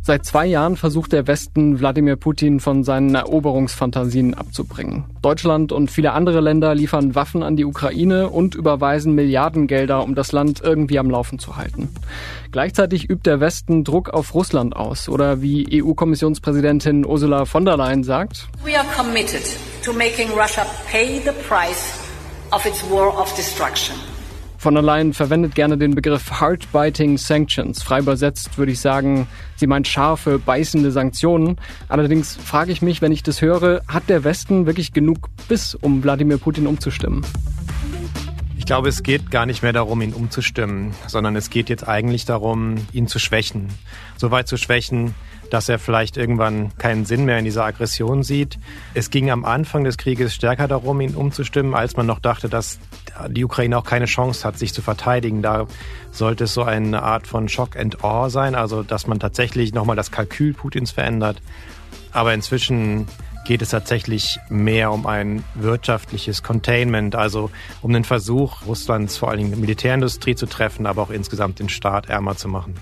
Seit 2 Jahren versucht der Westen, Wladimir Putin von seinen Eroberungsfantasien abzubringen. Deutschland und viele andere Länder liefern Waffen an die Ukraine und überweisen Milliardengelder, um das Land irgendwie am Laufen zu halten. Gleichzeitig übt der Westen Druck auf Russland aus. Oder wie EU-Kommissionspräsidentin Ursula von der Leyen sagt: We are committed to making Russia pay the price of its war of destruction. Von der Leyen verwendet gerne den Begriff Hard-Biting Sanctions. Frei übersetzt würde ich sagen, sie meint scharfe, beißende Sanktionen. Allerdings frage ich mich, wenn ich das höre, hat der Westen wirklich genug Biss, um Wladimir Putin umzustimmen? Ich glaube, es geht gar nicht mehr darum, ihn umzustimmen, sondern es geht jetzt eigentlich darum, ihn zu schwächen. So weit zu schwächen, dass er vielleicht irgendwann keinen Sinn mehr in dieser Aggression sieht. Es ging am Anfang des Krieges stärker darum, ihn umzustimmen, als man noch dachte, dass die Ukraine auch keine Chance hat, sich zu verteidigen. Da sollte es so eine Art von Shock and Awe sein, also dass man tatsächlich nochmal das Kalkül Putins verändert. Aber inzwischen geht es tatsächlich mehr um ein wirtschaftliches Containment, also um den Versuch, Russlands vor allen Dingen Militärindustrie zu treffen, aber auch insgesamt den Staat ärmer zu machen.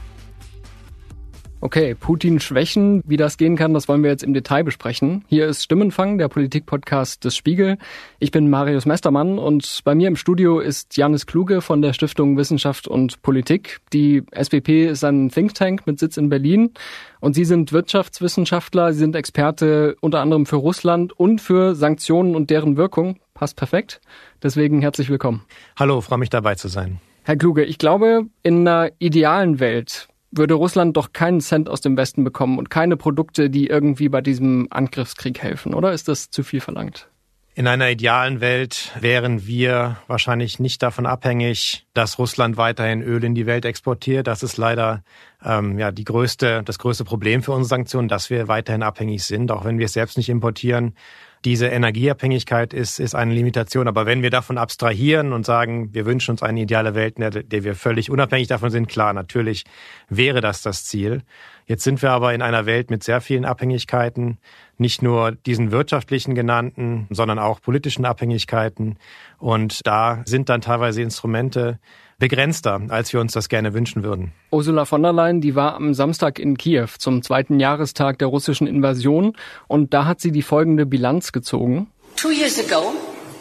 Okay, Putin schwächen. Wie das gehen kann, das wollen wir jetzt im Detail besprechen. Hier ist Stimmenfang, der Politik-Podcast des Spiegel. Ich bin Marius Mestermann und bei mir im Studio ist Janis Kluge von der Stiftung Wissenschaft und Politik. Die SWP ist ein Think Tank mit Sitz in Berlin und Sie sind Wirtschaftswissenschaftler, Sie sind Experte unter anderem für Russland und für Sanktionen und deren Wirkung. Passt perfekt. Deswegen herzlich willkommen. Hallo, freue mich dabei zu sein. Herr Kluge, ich glaube, in einer idealen Welt würde Russland doch keinen Cent aus dem Westen bekommen und keine Produkte, die irgendwie bei diesem Angriffskrieg helfen, oder ist das zu viel verlangt? In einer idealen Welt wären wir wahrscheinlich nicht davon abhängig, dass Russland weiterhin Öl in die Welt exportiert. Das ist leider das größte Problem für unsere Sanktionen, dass wir weiterhin abhängig sind, auch wenn wir es selbst nicht importieren. Diese Energieabhängigkeit ist eine Limitation. Aber wenn wir davon abstrahieren und sagen, wir wünschen uns eine ideale Welt, in der wir völlig unabhängig davon sind, klar, natürlich wäre das Ziel. Jetzt sind wir aber in einer Welt mit sehr vielen Abhängigkeiten, nicht nur diesen wirtschaftlichen genannten, sondern auch politischen Abhängigkeiten. Und da sind dann teilweise Instrumente begrenzter, als wir uns das gerne wünschen würden. Ursula von der Leyen, die war am Samstag in Kiew zum 2. Jahrestag der russischen Invasion und da hat sie die folgende Bilanz gezogen. 2 years ago,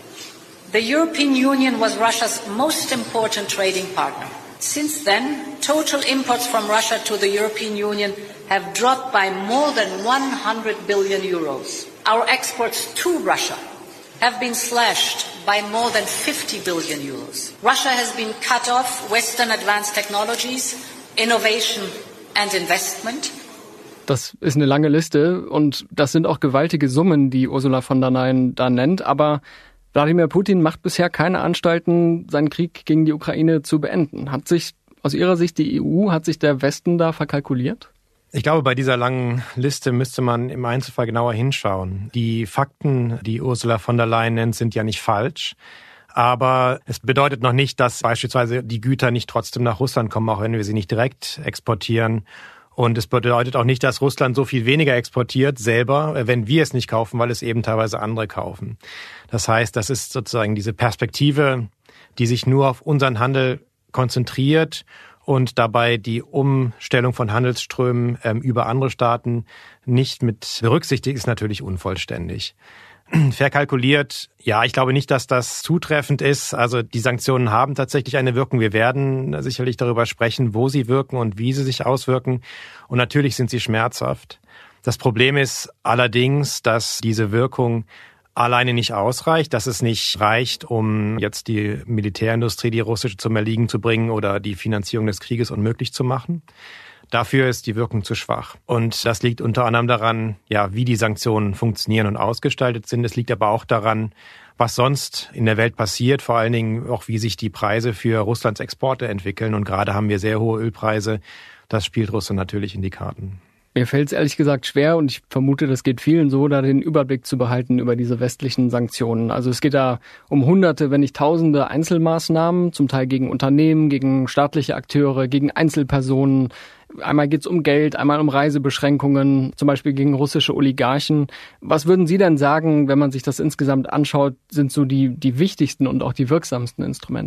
the European Union was Russia's most important trading partner. Since then, total imports from Russia to the European Union have dropped by more than 100 billion euros. Our exports to Russia have been slashed by more than 50 billion euros. Russia has been cut off Western advanced technologies, innovation and investment. Das ist eine lange Liste und das sind auch gewaltige Summen, die Ursula von der Leyen da nennt. Aber Wladimir Putin macht bisher keine Anstalten, seinen Krieg gegen die Ukraine zu beenden. Hat sich aus Ihrer Sicht die EU, hat sich der Westen da verkalkuliert? Ich glaube, bei dieser langen Liste müsste man im Einzelfall genauer hinschauen. Die Fakten, die Ursula von der Leyen nennt, sind ja nicht falsch. Aber es bedeutet noch nicht, dass beispielsweise die Güter nicht trotzdem nach Russland kommen, auch wenn wir sie nicht direkt exportieren. Und es bedeutet auch nicht, dass Russland so viel weniger exportiert selber, wenn wir es nicht kaufen, weil es eben teilweise andere kaufen. Das heißt, das ist sozusagen diese Perspektive, die sich nur auf unseren Handel konzentriert und dabei die Umstellung von Handelsströmen über andere Staaten nicht mit berücksichtigt, ist natürlich unvollständig. Verkalkuliert, ja, ich glaube nicht, dass das zutreffend ist. Also die Sanktionen haben tatsächlich eine Wirkung. Wir werden sicherlich darüber sprechen, wo sie wirken und wie sie sich auswirken. Und natürlich sind sie schmerzhaft. Das Problem ist allerdings, dass diese Wirkung alleine nicht ausreicht, dass es nicht reicht, um jetzt die Militärindustrie, die russische, zum Erliegen zu bringen oder die Finanzierung des Krieges unmöglich zu machen. Dafür ist die Wirkung zu schwach. Und das liegt unter anderem daran, ja, wie die Sanktionen funktionieren und ausgestaltet sind. Es liegt aber auch daran, was sonst in der Welt passiert, vor allen Dingen auch, wie sich die Preise für Russlands Exporte entwickeln. Und gerade haben wir sehr hohe Ölpreise. Das spielt Russland natürlich in die Karten. Mir fällt es ehrlich gesagt schwer und ich vermute, das geht vielen so, da den Überblick zu behalten über diese westlichen Sanktionen. Also es geht da um Hunderte, wenn nicht Tausende Einzelmaßnahmen, zum Teil gegen Unternehmen, gegen staatliche Akteure, gegen Einzelpersonen. Einmal geht es um Geld, einmal um Reisebeschränkungen, zum Beispiel gegen russische Oligarchen. Was würden Sie denn sagen, wenn man sich das insgesamt anschaut, sind so die wichtigsten und auch die wirksamsten Instrumente?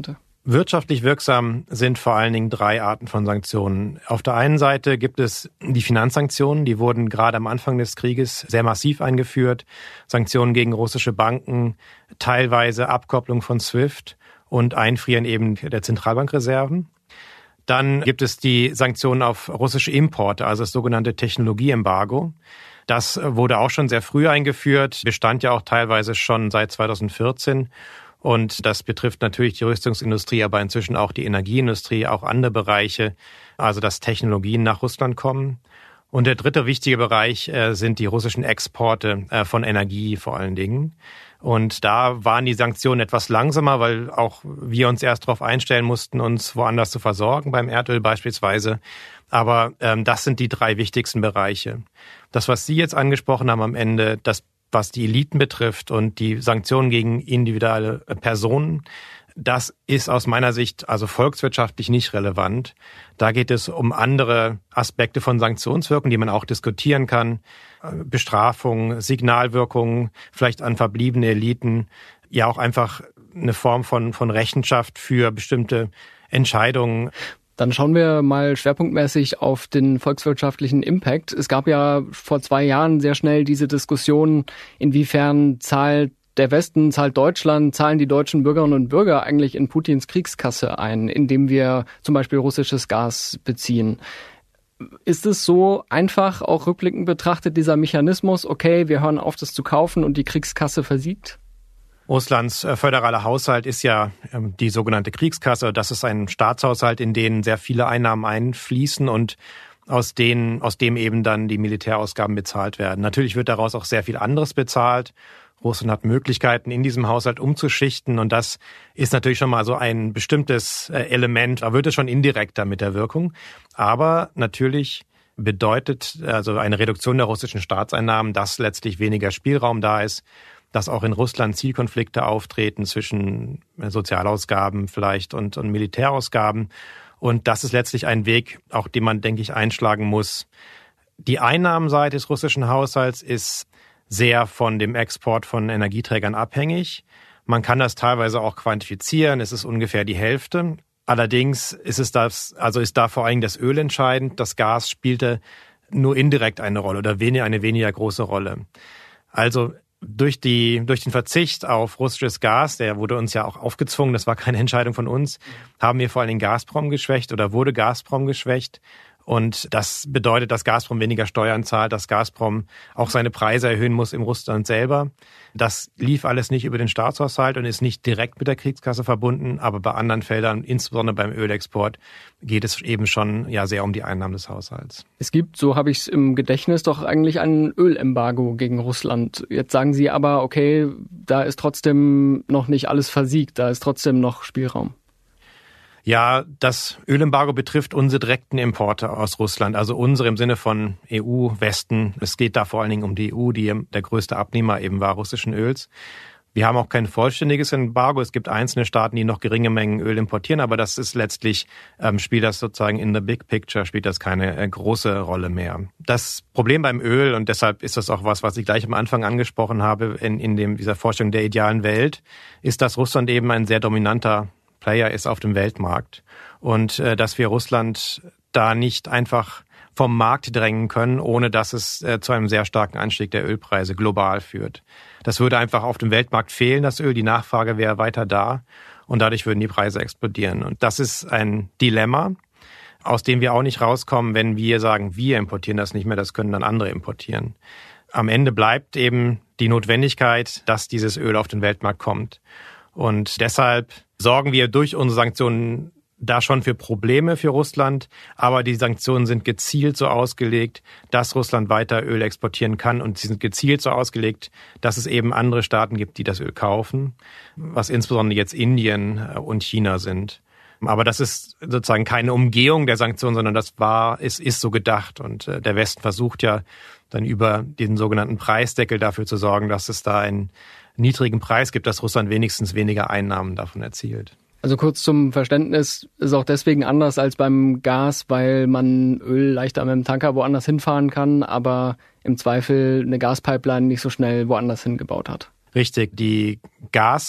Wirtschaftlich wirksam sind vor allen Dingen 3 Arten von Sanktionen. Auf der einen Seite gibt es die Finanzsanktionen, die wurden gerade am Anfang des Krieges sehr massiv eingeführt. Sanktionen gegen russische Banken, teilweise Abkopplung von SWIFT und Einfrieren eben der Zentralbankreserven. Dann gibt es die Sanktionen auf russische Importe, also das sogenannte Technologieembargo. Das wurde auch schon sehr früh eingeführt, bestand ja auch teilweise schon seit 2014. Und das betrifft natürlich die Rüstungsindustrie, aber inzwischen auch die Energieindustrie, auch andere Bereiche, also dass Technologien nach Russland kommen. Und der dritte wichtige Bereich sind die russischen Exporte von Energie vor allen Dingen. Und da waren die Sanktionen etwas langsamer, weil auch wir uns erst darauf einstellen mussten, uns woanders zu versorgen, beim Erdöl beispielsweise. Aber das sind die 3 wichtigsten Bereiche. Das, was Sie jetzt angesprochen haben am Ende, das was die Eliten betrifft und die Sanktionen gegen individuelle Personen, das ist aus meiner Sicht also volkswirtschaftlich nicht relevant. Da geht es um andere Aspekte von Sanktionswirkung, die man auch diskutieren kann. Bestrafung, Signalwirkung, vielleicht an verbliebene Eliten, ja auch einfach eine Form von Rechenschaft für bestimmte Entscheidungen. Dann schauen wir mal schwerpunktmäßig auf den volkswirtschaftlichen Impact. Es gab ja vor 2 Jahren sehr schnell diese Diskussion, inwiefern zahlt der Westen, zahlt Deutschland, zahlen die deutschen Bürgerinnen und Bürger eigentlich in Putins Kriegskasse ein, indem wir zum Beispiel russisches Gas beziehen. Ist es so einfach, auch rückblickend betrachtet, dieser Mechanismus, okay, wir hören auf, das zu kaufen und die Kriegskasse versiegt? Russlands föderaler Haushalt ist ja die sogenannte Kriegskasse. Das ist ein Staatshaushalt, in den sehr viele Einnahmen einfließen und aus dem eben dann die Militärausgaben bezahlt werden. Natürlich wird daraus auch sehr viel anderes bezahlt. Russland hat Möglichkeiten, in diesem Haushalt umzuschichten und das ist natürlich schon mal so ein bestimmtes Element. Da wird es schon indirekter mit der Wirkung. Aber natürlich bedeutet also eine Reduktion der russischen Staatseinnahmen, dass letztlich weniger Spielraum da ist, dass auch in Russland Zielkonflikte auftreten zwischen Sozialausgaben vielleicht und Militärausgaben. Und das ist letztlich ein Weg, auch den man, denke ich, einschlagen muss. Die Einnahmenseite des russischen Haushalts ist sehr von dem Export von Energieträgern abhängig. Man kann das teilweise auch quantifizieren. Es ist ungefähr die Hälfte. Allerdings ist da vor allem das Öl entscheidend. Das Gas spielte nur indirekt eine Rolle oder eine weniger große Rolle. Also durch den Verzicht auf russisches Gas, der wurde uns ja auch aufgezwungen, das war keine Entscheidung von uns, haben wir vor allem Gazprom geschwächt oder wurde Gazprom geschwächt. Und das bedeutet, dass Gazprom weniger Steuern zahlt, dass Gazprom auch seine Preise erhöhen muss im Russland selber. Das lief alles nicht über den Staatshaushalt und ist nicht direkt mit der Kriegskasse verbunden. Aber bei anderen Feldern, insbesondere beim Ölexport, geht es eben schon ja sehr um die Einnahmen des Haushalts. Es gibt, so habe ich es im Gedächtnis, doch eigentlich ein Ölembargo gegen Russland. Jetzt sagen Sie aber, okay, da ist trotzdem noch nicht alles versiegt, da ist trotzdem noch Spielraum. Ja, das Ölembargo betrifft unsere direkten Importe aus Russland, also unsere im Sinne von EU, Westen. Es geht da vor allen Dingen um die EU, die der größte Abnehmer eben war russischen Öls. Wir haben auch kein vollständiges Embargo. Es gibt einzelne Staaten, die noch geringe Mengen Öl importieren, aber das ist letztlich, spielt das sozusagen in the big picture, spielt das keine große Rolle mehr. Das Problem beim Öl, und deshalb ist das auch was ich gleich am Anfang angesprochen habe, in dieser Vorstellung der idealen Welt, ist, dass Russland eben ein sehr dominanter Player ist auf dem Weltmarkt und dass wir Russland da nicht einfach vom Markt drängen können, ohne dass es zu einem sehr starken Anstieg der Ölpreise global führt. Das würde einfach auf dem Weltmarkt fehlen, das Öl, die Nachfrage wäre weiter da und dadurch würden die Preise explodieren. Und das ist ein Dilemma, aus dem wir auch nicht rauskommen, wenn wir sagen, wir importieren das nicht mehr, das können dann andere importieren. Am Ende bleibt eben die Notwendigkeit, dass dieses Öl auf den Weltmarkt kommt. Und deshalb sorgen wir durch unsere Sanktionen da schon für Probleme für Russland, aber die Sanktionen sind gezielt so ausgelegt, dass Russland weiter Öl exportieren kann und sie sind gezielt so ausgelegt, dass es eben andere Staaten gibt, die das Öl kaufen, was insbesondere jetzt Indien und China sind. Aber das ist sozusagen keine Umgehung der Sanktionen, sondern ist so gedacht und der Westen versucht ja dann über den sogenannten Preisdeckel dafür zu sorgen, dass es da einen niedrigen Preis gibt, dass Russland wenigstens weniger Einnahmen davon erzielt. Also kurz zum Verständnis, ist auch deswegen anders als beim Gas, weil man Öl leichter mit dem Tanker woanders hinfahren kann, aber im Zweifel eine Gaspipeline nicht so schnell woanders hingebaut hat. Richtig, die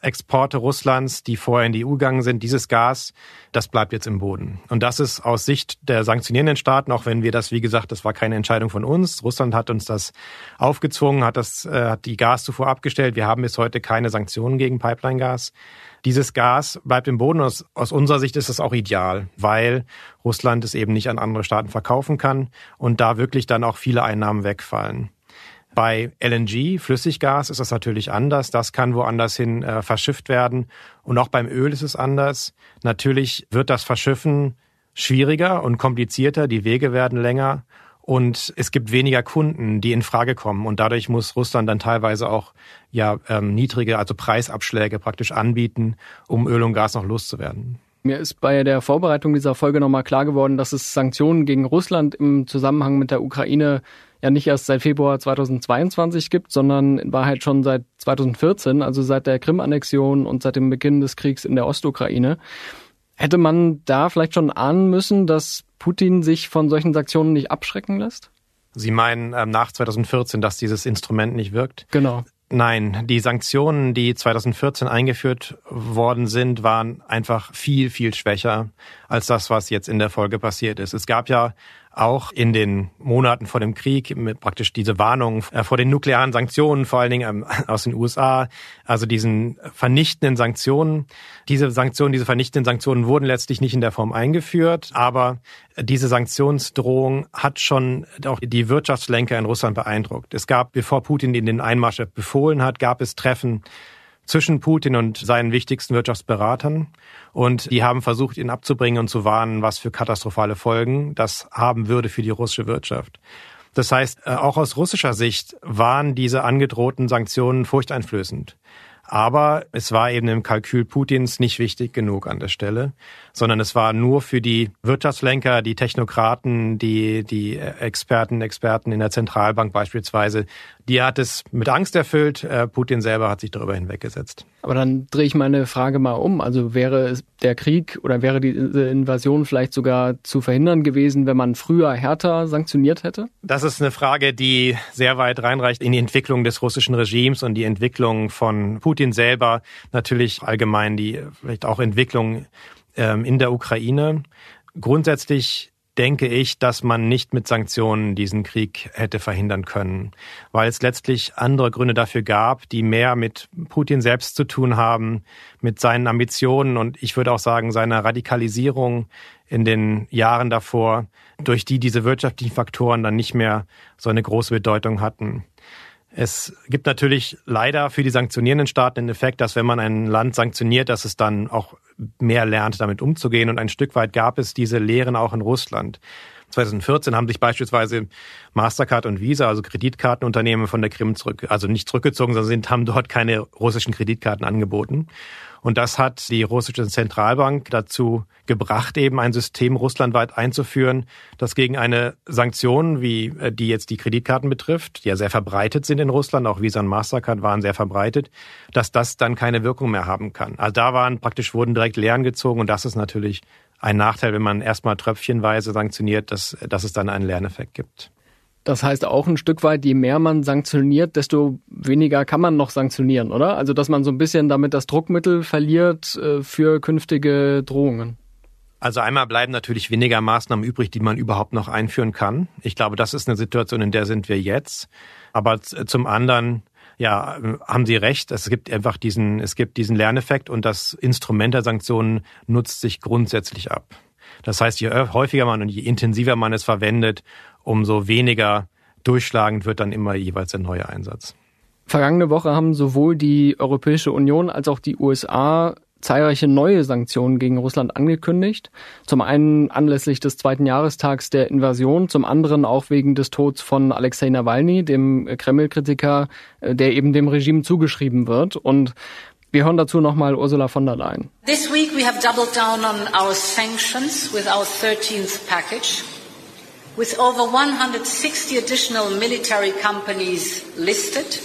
Gasexporte Russlands, die vorher in die EU gegangen sind, dieses Gas, das bleibt jetzt im Boden. Und das ist aus Sicht der sanktionierenden Staaten, auch wenn wir das, wie gesagt, das war keine Entscheidung von uns. Russland hat uns das aufgezwungen, hat die Gaszufuhr abgestellt. Wir haben bis heute keine Sanktionen gegen Pipeline-Gas. Dieses Gas bleibt im Boden. Aus unserer Sicht ist es auch ideal, weil Russland es eben nicht an andere Staaten verkaufen kann und da wirklich dann auch viele Einnahmen wegfallen. Bei LNG, Flüssiggas, ist das natürlich anders. Das kann woanders hin verschifft werden. Und auch beim Öl ist es anders. Natürlich wird das Verschiffen schwieriger und komplizierter. Die Wege werden länger. Und es gibt weniger Kunden, die in Frage kommen. Und dadurch muss Russland dann teilweise auch niedrige, also Preisabschläge praktisch anbieten, um Öl und Gas noch loszuwerden. Mir ist bei der Vorbereitung dieser Folge nochmal klar geworden, dass es Sanktionen gegen Russland im Zusammenhang mit der Ukraine ja nicht erst seit Februar 2022 gibt, sondern in Wahrheit schon seit 2014, also seit der Krim-Annexion und seit dem Beginn des Kriegs in der Ostukraine. Hätte man da vielleicht schon ahnen müssen, dass Putin sich von solchen Sanktionen nicht abschrecken lässt? Sie meinen nach 2014, dass dieses Instrument nicht wirkt? Genau. Nein, die Sanktionen, die 2014 eingeführt worden sind, waren einfach viel, viel schwächer als das, was jetzt in der Folge passiert ist. Es gab ja auch in den Monaten vor dem Krieg praktisch diese Warnung vor den nuklearen Sanktionen, vor allen Dingen aus den USA, also diesen vernichtenden Sanktionen. Diese vernichtenden Sanktionen wurden letztlich nicht in der Form eingeführt, aber diese Sanktionsdrohung hat schon auch die Wirtschaftslenker in Russland beeindruckt. Es gab, bevor Putin den Einmarsch befohlen hat, gab es Treffen zwischen Putin und seinen wichtigsten Wirtschaftsberatern. Und die haben versucht, ihn abzubringen und zu warnen, was für katastrophale Folgen das haben würde für die russische Wirtschaft. Das heißt, auch aus russischer Sicht waren diese angedrohten Sanktionen furchteinflößend. Aber es war eben im Kalkül Putins nicht wichtig genug an der Stelle, sondern es war nur für die Wirtschaftslenker, die Technokraten, die Experten in der Zentralbank beispielsweise. Die hat es mit Angst erfüllt. Putin selber hat sich darüber hinweggesetzt. Aber dann drehe ich meine Frage mal um. Also wäre der Krieg oder wäre diese Invasion vielleicht sogar zu verhindern gewesen, wenn man früher härter sanktioniert hätte? Das ist eine Frage, die sehr weit reinreicht in die Entwicklung des russischen Regimes und die Entwicklung von Putin selber. Natürlich allgemein die vielleicht auch Entwicklung in der Ukraine. Grundsätzlich denke ich, dass man nicht mit Sanktionen diesen Krieg hätte verhindern können, weil es letztlich andere Gründe dafür gab, die mehr mit Putin selbst zu tun haben, mit seinen Ambitionen und ich würde auch sagen, seiner Radikalisierung in den Jahren davor, durch die diese wirtschaftlichen Faktoren dann nicht mehr so eine große Bedeutung hatten. Es gibt natürlich leider für die sanktionierenden Staaten den Effekt, dass wenn man ein Land sanktioniert, dass es dann auch mehr lernt, damit umzugehen. Und ein Stück weit gab es diese Lehren auch in Russland. 2014 haben sich beispielsweise Mastercard und Visa, also Kreditkartenunternehmen, von der Krim nicht zurückgezogen, sondern haben dort keine russischen Kreditkarten angeboten. Und das hat die russische Zentralbank dazu gebracht, eben ein System russlandweit einzuführen, das gegen eine Sanktion, wie die jetzt die Kreditkarten betrifft, die ja sehr verbreitet sind in Russland, auch Visa und Mastercard waren sehr verbreitet, dass das dann keine Wirkung mehr haben kann. Also da wurden direkt Lehren gezogen und das ist natürlich ein Nachteil, wenn man erstmal tröpfchenweise sanktioniert, dass es dann einen Lerneffekt gibt. Das heißt auch ein Stück weit, je mehr man sanktioniert, desto weniger kann man noch sanktionieren, oder? Also dass man so ein bisschen damit das Druckmittel verliert für künftige Drohungen. Also einmal bleiben natürlich weniger Maßnahmen übrig, die man überhaupt noch einführen kann. Ich glaube, das ist eine Situation, in der sind wir jetzt. Aber zum anderen, ja, haben Sie recht. Es gibt diesen Lerneffekt und das Instrument der Sanktionen nutzt sich grundsätzlich ab. Das heißt, je häufiger man und je intensiver man es verwendet, umso weniger durchschlagend wird dann immer jeweils der neue Einsatz. Vergangene Woche haben sowohl die Europäische Union als auch die USA zahlreiche neue Sanktionen gegen Russland angekündigt. Zum einen anlässlich des 2. Jahrestags der Invasion, zum anderen auch wegen des Todes von Alexei Nawalny, dem Kreml-Kritiker, der eben dem Regime zugeschrieben wird. Und wir hören dazu nochmal Ursula von der Leyen. This week we have doubled down on our sanctions with our 13th package, with over 160 additional military companies listed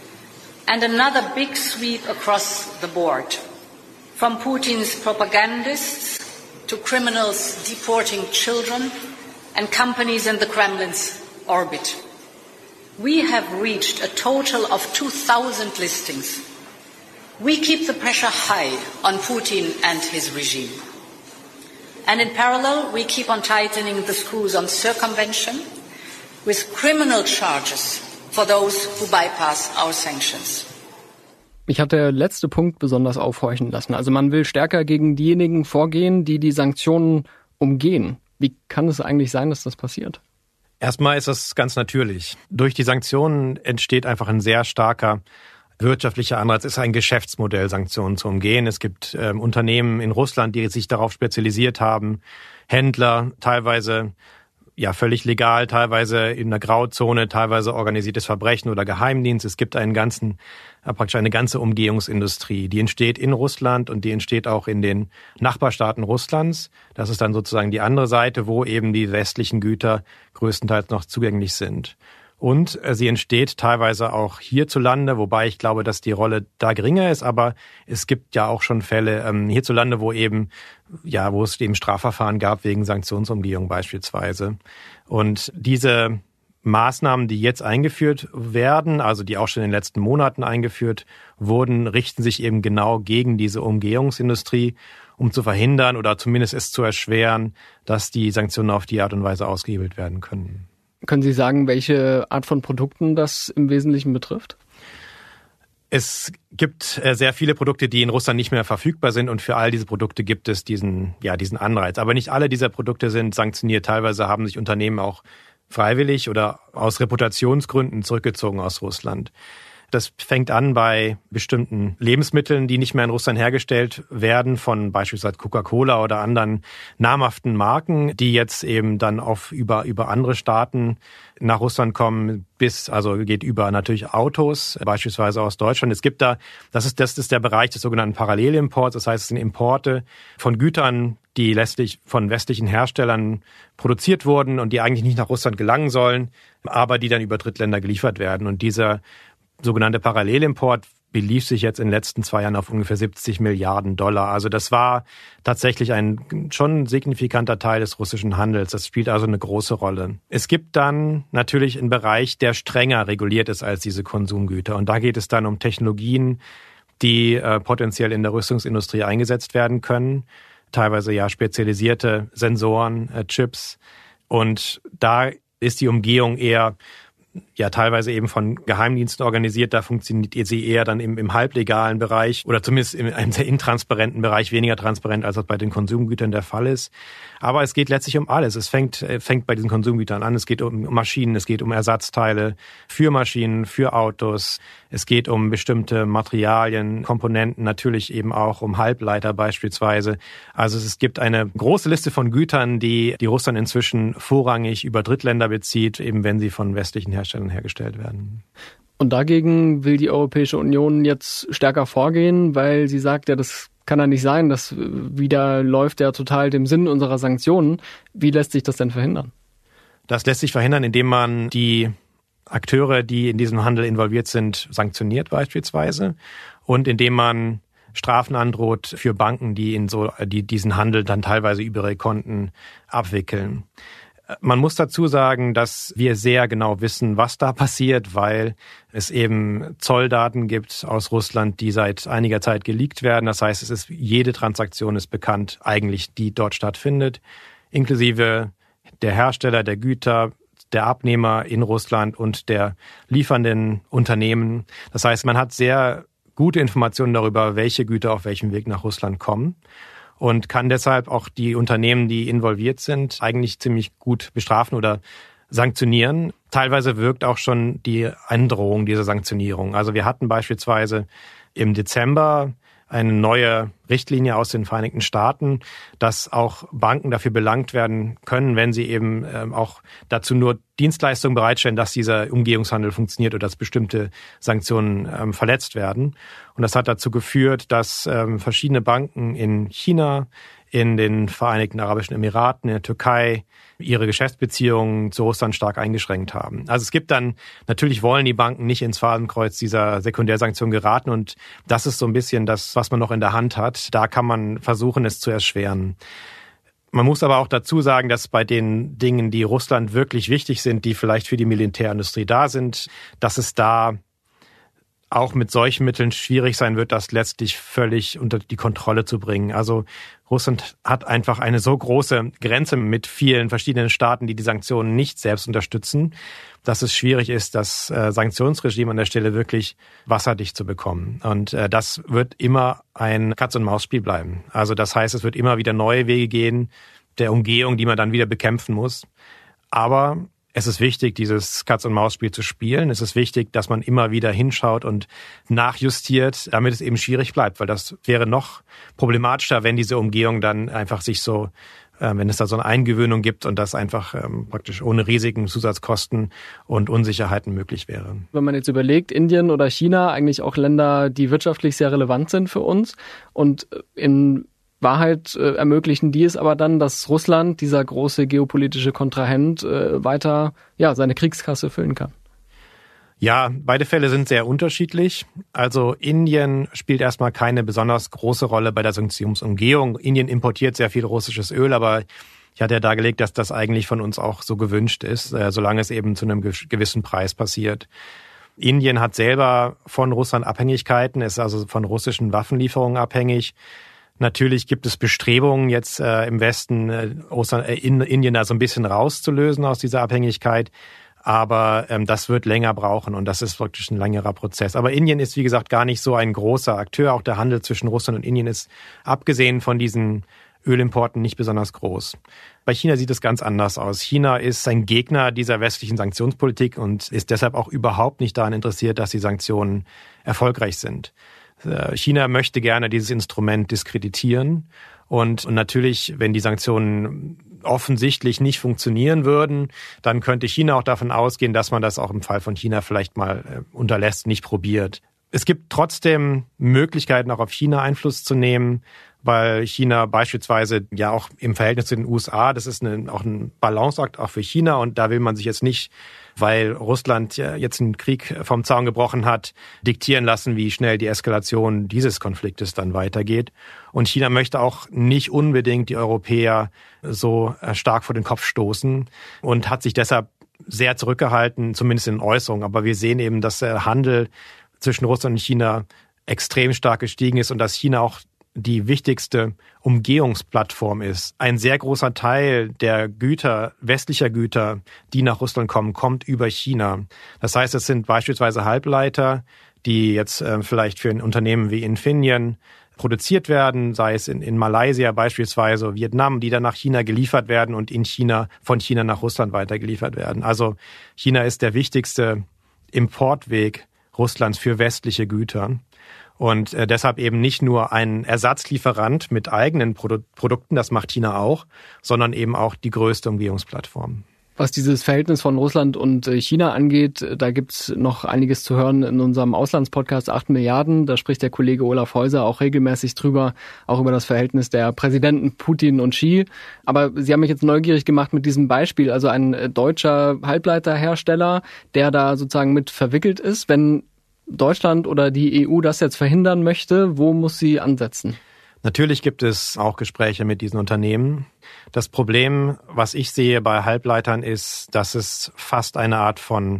and another big sweep across the board. From Putin's propagandists to criminals deporting children and companies in the Kremlin's orbit. We have reached a total of 2,000 listings. We keep the pressure high on Putin and his regime. And in parallel, we keep on tightening the screws on circumvention with criminal charges for those who bypass our sanctions. Mich hat der letzte Punkt besonders aufhorchen lassen. Also man will stärker gegen diejenigen vorgehen, die die Sanktionen umgehen. Wie kann es eigentlich sein, dass das passiert? Erstmal ist das ganz natürlich. Durch die Sanktionen entsteht einfach ein sehr starker wirtschaftlicher Anreiz. Es ist ein Geschäftsmodell, Sanktionen zu umgehen. Es gibt Unternehmen in Russland, die sich darauf spezialisiert haben, Händler, teilweise völlig legal, teilweise in der Grauzone, teilweise organisiertes Verbrechen oder Geheimdienst. Es gibt praktisch eine ganze Umgehungsindustrie. Die entsteht in Russland und die entsteht auch in den Nachbarstaaten Russlands. Das ist dann sozusagen die andere Seite, wo eben die westlichen Güter größtenteils noch zugänglich sind. Und sie entsteht teilweise auch hierzulande, wobei ich glaube, dass die Rolle da geringer ist. Aber es gibt ja auch schon Fälle hierzulande, wo es eben Strafverfahren gab wegen Sanktionsumgehung beispielsweise. Und diese Maßnahmen, die jetzt eingeführt werden, also die auch schon in den letzten Monaten eingeführt wurden, richten sich eben genau gegen diese Umgehungsindustrie, um zu verhindern oder zumindest es zu erschweren, dass die Sanktionen auf die Art und Weise ausgehebelt werden können. Können Sie sagen, welche Art von Produkten das im Wesentlichen betrifft? Es gibt sehr viele Produkte, die in Russland nicht mehr verfügbar sind und für all diese Produkte gibt es diesen Anreiz. Aber nicht alle dieser Produkte sind sanktioniert. Teilweise haben sich Unternehmen auch freiwillig oder aus Reputationsgründen zurückgezogen aus Russland. Das fängt an bei bestimmten Lebensmitteln, die nicht mehr in Russland hergestellt werden, von beispielsweise Coca-Cola oder anderen namhaften Marken, die jetzt eben dann über andere Staaten nach Russland kommen, geht über natürlich Autos, beispielsweise aus Deutschland. Es gibt das ist der Bereich des sogenannten Parallelimports. Das heißt, es sind Importe von Gütern, die letztlich von westlichen Herstellern produziert wurden und die eigentlich nicht nach Russland gelangen sollen, aber die dann über Drittländer geliefert werden. Und dieser sogenannte Parallelimport belief sich jetzt in den letzten 2 Jahren auf ungefähr 70 Milliarden Dollar. Also das war tatsächlich ein schon signifikanter Teil des russischen Handels. Das spielt also eine große Rolle. Es gibt dann natürlich einen Bereich, der strenger reguliert ist als diese Konsumgüter. Und da geht es dann um Technologien, die potenziell in der Rüstungsindustrie eingesetzt werden können. Teilweise spezialisierte Sensoren, Chips. Und da ist die Umgehung eher teilweise eben von Geheimdiensten organisiert, da funktioniert sie eher dann im halblegalen Bereich oder zumindest in einem sehr intransparenten Bereich, weniger transparent, als das bei den Konsumgütern der Fall ist. Aber es geht letztlich um alles. Es fängt bei diesen Konsumgütern an. Es geht um Maschinen, es geht um Ersatzteile für Maschinen, für Autos. Es geht um bestimmte Materialien, Komponenten, natürlich eben auch um Halbleiter beispielsweise. Also es gibt eine große Liste von Gütern, die Russland inzwischen vorrangig über Drittländer bezieht, eben wenn sie von westlichen Herstellern hergestellt werden. Und dagegen will die Europäische Union jetzt stärker vorgehen, weil sie sagt, das kann ja nicht sein, das widerläuft ja total dem Sinn unserer Sanktionen. Wie lässt sich das denn verhindern? Das lässt sich verhindern, indem man die Akteure, die in diesem Handel involviert sind, sanktioniert beispielsweise und indem man Strafen androht für Banken, die diesen Handel dann teilweise über ihre Konten abwickeln. Man muss dazu sagen, dass wir sehr genau wissen, was da passiert, weil es eben Zolldaten gibt aus Russland, die seit einiger Zeit geleakt werden. Das heißt, jede Transaktion ist bekannt, eigentlich, die dort stattfindet, inklusive der Hersteller der Güter, der Abnehmer in Russland und der liefernden Unternehmen. Das heißt, man hat sehr gute Informationen darüber, welche Güter auf welchem Weg nach Russland kommen. Und kann deshalb auch die Unternehmen, die involviert sind, eigentlich ziemlich gut bestrafen oder sanktionieren. Teilweise wirkt auch schon die Androhung dieser Sanktionierung. Also wir hatten beispielsweise im Dezember eine neue Richtlinie aus den Vereinigten Staaten, dass auch Banken dafür belangt werden können, wenn sie eben auch dazu nur Dienstleistungen bereitstellen, dass dieser Umgehungshandel funktioniert oder dass bestimmte Sanktionen verletzt werden. Und das hat dazu geführt, dass verschiedene Banken in China, in den Vereinigten Arabischen Emiraten, in der Türkei ihre Geschäftsbeziehungen zu Russland stark eingeschränkt haben. Also es gibt dann, natürlich wollen die Banken nicht ins Fadenkreuz dieser Sekundärsanktionen geraten und das ist so ein bisschen das, was man noch in der Hand hat. Da kann man versuchen, es zu erschweren. Man muss aber auch dazu sagen, dass bei den Dingen, die Russland wirklich wichtig sind, die vielleicht für die Militärindustrie da sind, dass es da auch mit solchen Mitteln schwierig sein wird, das letztlich völlig unter die Kontrolle zu bringen. Also Russland hat einfach eine so große Grenze mit vielen verschiedenen Staaten, die die Sanktionen nicht selbst unterstützen, dass es schwierig ist, das Sanktionsregime an der Stelle wirklich wasserdicht zu bekommen. Und das wird immer ein Katz-und-Maus-Spiel bleiben. Also das heißt, es wird immer wieder neue Wege gehen der Umgehung, die man dann wieder bekämpfen muss. Aber es ist wichtig, dieses Katz-und-Maus-Spiel zu spielen. Es ist wichtig, dass man immer wieder hinschaut und nachjustiert, damit es eben schwierig bleibt. Weil das wäre noch problematischer, wenn diese Umgehung dann einfach sich so, wenn es da so eine Eingewöhnung gibt und das einfach praktisch ohne Risiken, Zusatzkosten und Unsicherheiten möglich wäre. Wenn man jetzt überlegt, Indien oder China, eigentlich auch Länder, die wirtschaftlich sehr relevant sind für uns und in Wahrheit ermöglichen die es aber dann, dass Russland, dieser große geopolitische Kontrahent, weiter seine Kriegskasse füllen kann. Ja, beide Fälle sind sehr unterschiedlich. Also Indien spielt erstmal keine besonders große Rolle bei der Sanktionsumgehung. Indien importiert sehr viel russisches Öl, aber ich hatte ja dargelegt, dass das eigentlich von uns auch so gewünscht ist, solange es eben zu einem gewissen Preis passiert. Indien hat selber von Russland Abhängigkeiten, ist also von russischen Waffenlieferungen abhängig. Natürlich gibt es Bestrebungen, jetzt im Westen Indien da so ein bisschen rauszulösen aus dieser Abhängigkeit. Aber das wird länger brauchen und das ist wirklich ein längerer Prozess. Aber Indien ist, wie gesagt, gar nicht so ein großer Akteur. Auch der Handel zwischen Russland und Indien ist, abgesehen von diesen Ölimporten, nicht besonders groß. Bei China sieht es ganz anders aus. China ist ein Gegner dieser westlichen Sanktionspolitik und ist deshalb auch überhaupt nicht daran interessiert, dass die Sanktionen erfolgreich sind. China möchte gerne dieses Instrument diskreditieren und natürlich, wenn die Sanktionen offensichtlich nicht funktionieren würden, dann könnte China auch davon ausgehen, dass man das auch im Fall von China vielleicht mal unterlässt, nicht probiert. Es gibt trotzdem Möglichkeiten, auch auf China Einfluss zu nehmen, weil China beispielsweise ja auch im Verhältnis zu den USA, das ist auch ein Balanceakt auch für China und da will man sich jetzt nicht, weil Russland jetzt einen Krieg vom Zaun gebrochen hat, diktieren lassen, wie schnell die Eskalation dieses Konfliktes dann weitergeht. Und China möchte auch nicht unbedingt die Europäer so stark vor den Kopf stoßen und hat sich deshalb sehr zurückgehalten, zumindest in Äußerungen. Aber wir sehen eben, dass der Handel zwischen Russland und China extrem stark gestiegen ist und dass China auch die wichtigste Umgehungsplattform ist. Ein sehr großer Teil der Güter, westlicher Güter, die nach Russland kommen, kommt über China. Das heißt, es sind beispielsweise Halbleiter, die jetzt vielleicht für ein Unternehmen wie Infineon produziert werden, sei es in Malaysia beispielsweise, Vietnam, die dann nach China geliefert werden und von China nach Russland weitergeliefert werden. Also China ist der wichtigste Importweg Russlands für westliche Güter. Und deshalb eben nicht nur ein Ersatzlieferant mit eigenen Produkten, das macht China auch, sondern eben auch die größte Umgehungsplattform. Was dieses Verhältnis von Russland und China angeht, da gibt's noch einiges zu hören in unserem Auslandspodcast 8 Milliarden. Da spricht der Kollege Olaf Häuser auch regelmäßig drüber, auch über das Verhältnis der Präsidenten Putin und Xi. Aber Sie haben mich jetzt neugierig gemacht mit diesem Beispiel, also ein deutscher Halbleiterhersteller, der da sozusagen mit verwickelt ist. Wenn Deutschland oder die EU das jetzt verhindern möchte, wo muss sie ansetzen? Natürlich gibt es auch Gespräche mit diesen Unternehmen. Das Problem, was ich sehe bei Halbleitern, ist, dass es fast eine Art von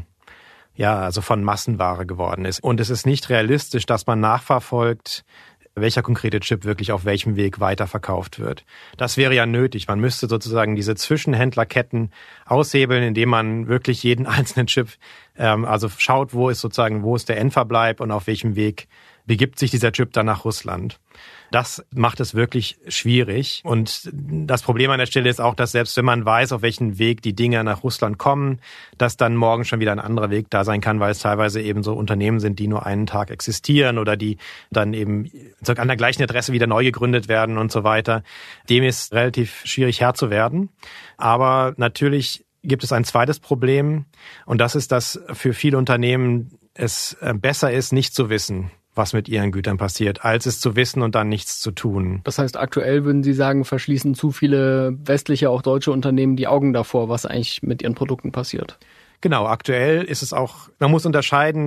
Massenware geworden ist. Und es ist nicht realistisch, dass man nachverfolgt, welcher konkrete Chip wirklich auf welchem Weg weiterverkauft wird. Das wäre ja nötig. Man müsste sozusagen diese Zwischenhändlerketten aushebeln, indem man wirklich jeden einzelnen Chip, schaut, wo ist der Endverbleib und auf welchem Weg begibt sich dieser Chip dann nach Russland. Das macht es wirklich schwierig. Und das Problem an der Stelle ist auch, dass selbst wenn man weiß, auf welchen Weg die Dinge nach Russland kommen, dass dann morgen schon wieder ein anderer Weg da sein kann, weil es teilweise eben so Unternehmen sind, die nur einen Tag existieren oder die dann eben an der gleichen Adresse wieder neu gegründet werden und so weiter. Dem ist relativ schwierig Herr zu werden. Aber natürlich gibt es ein zweites Problem und das ist, dass für viele Unternehmen es besser ist, nicht zu wissen, was mit ihren Gütern passiert, als es zu wissen und dann nichts zu tun. Das heißt, aktuell würden Sie sagen, verschließen zu viele westliche, auch deutsche Unternehmen die Augen davor, was eigentlich mit ihren Produkten passiert? Genau, aktuell ist es auch, man muss unterscheiden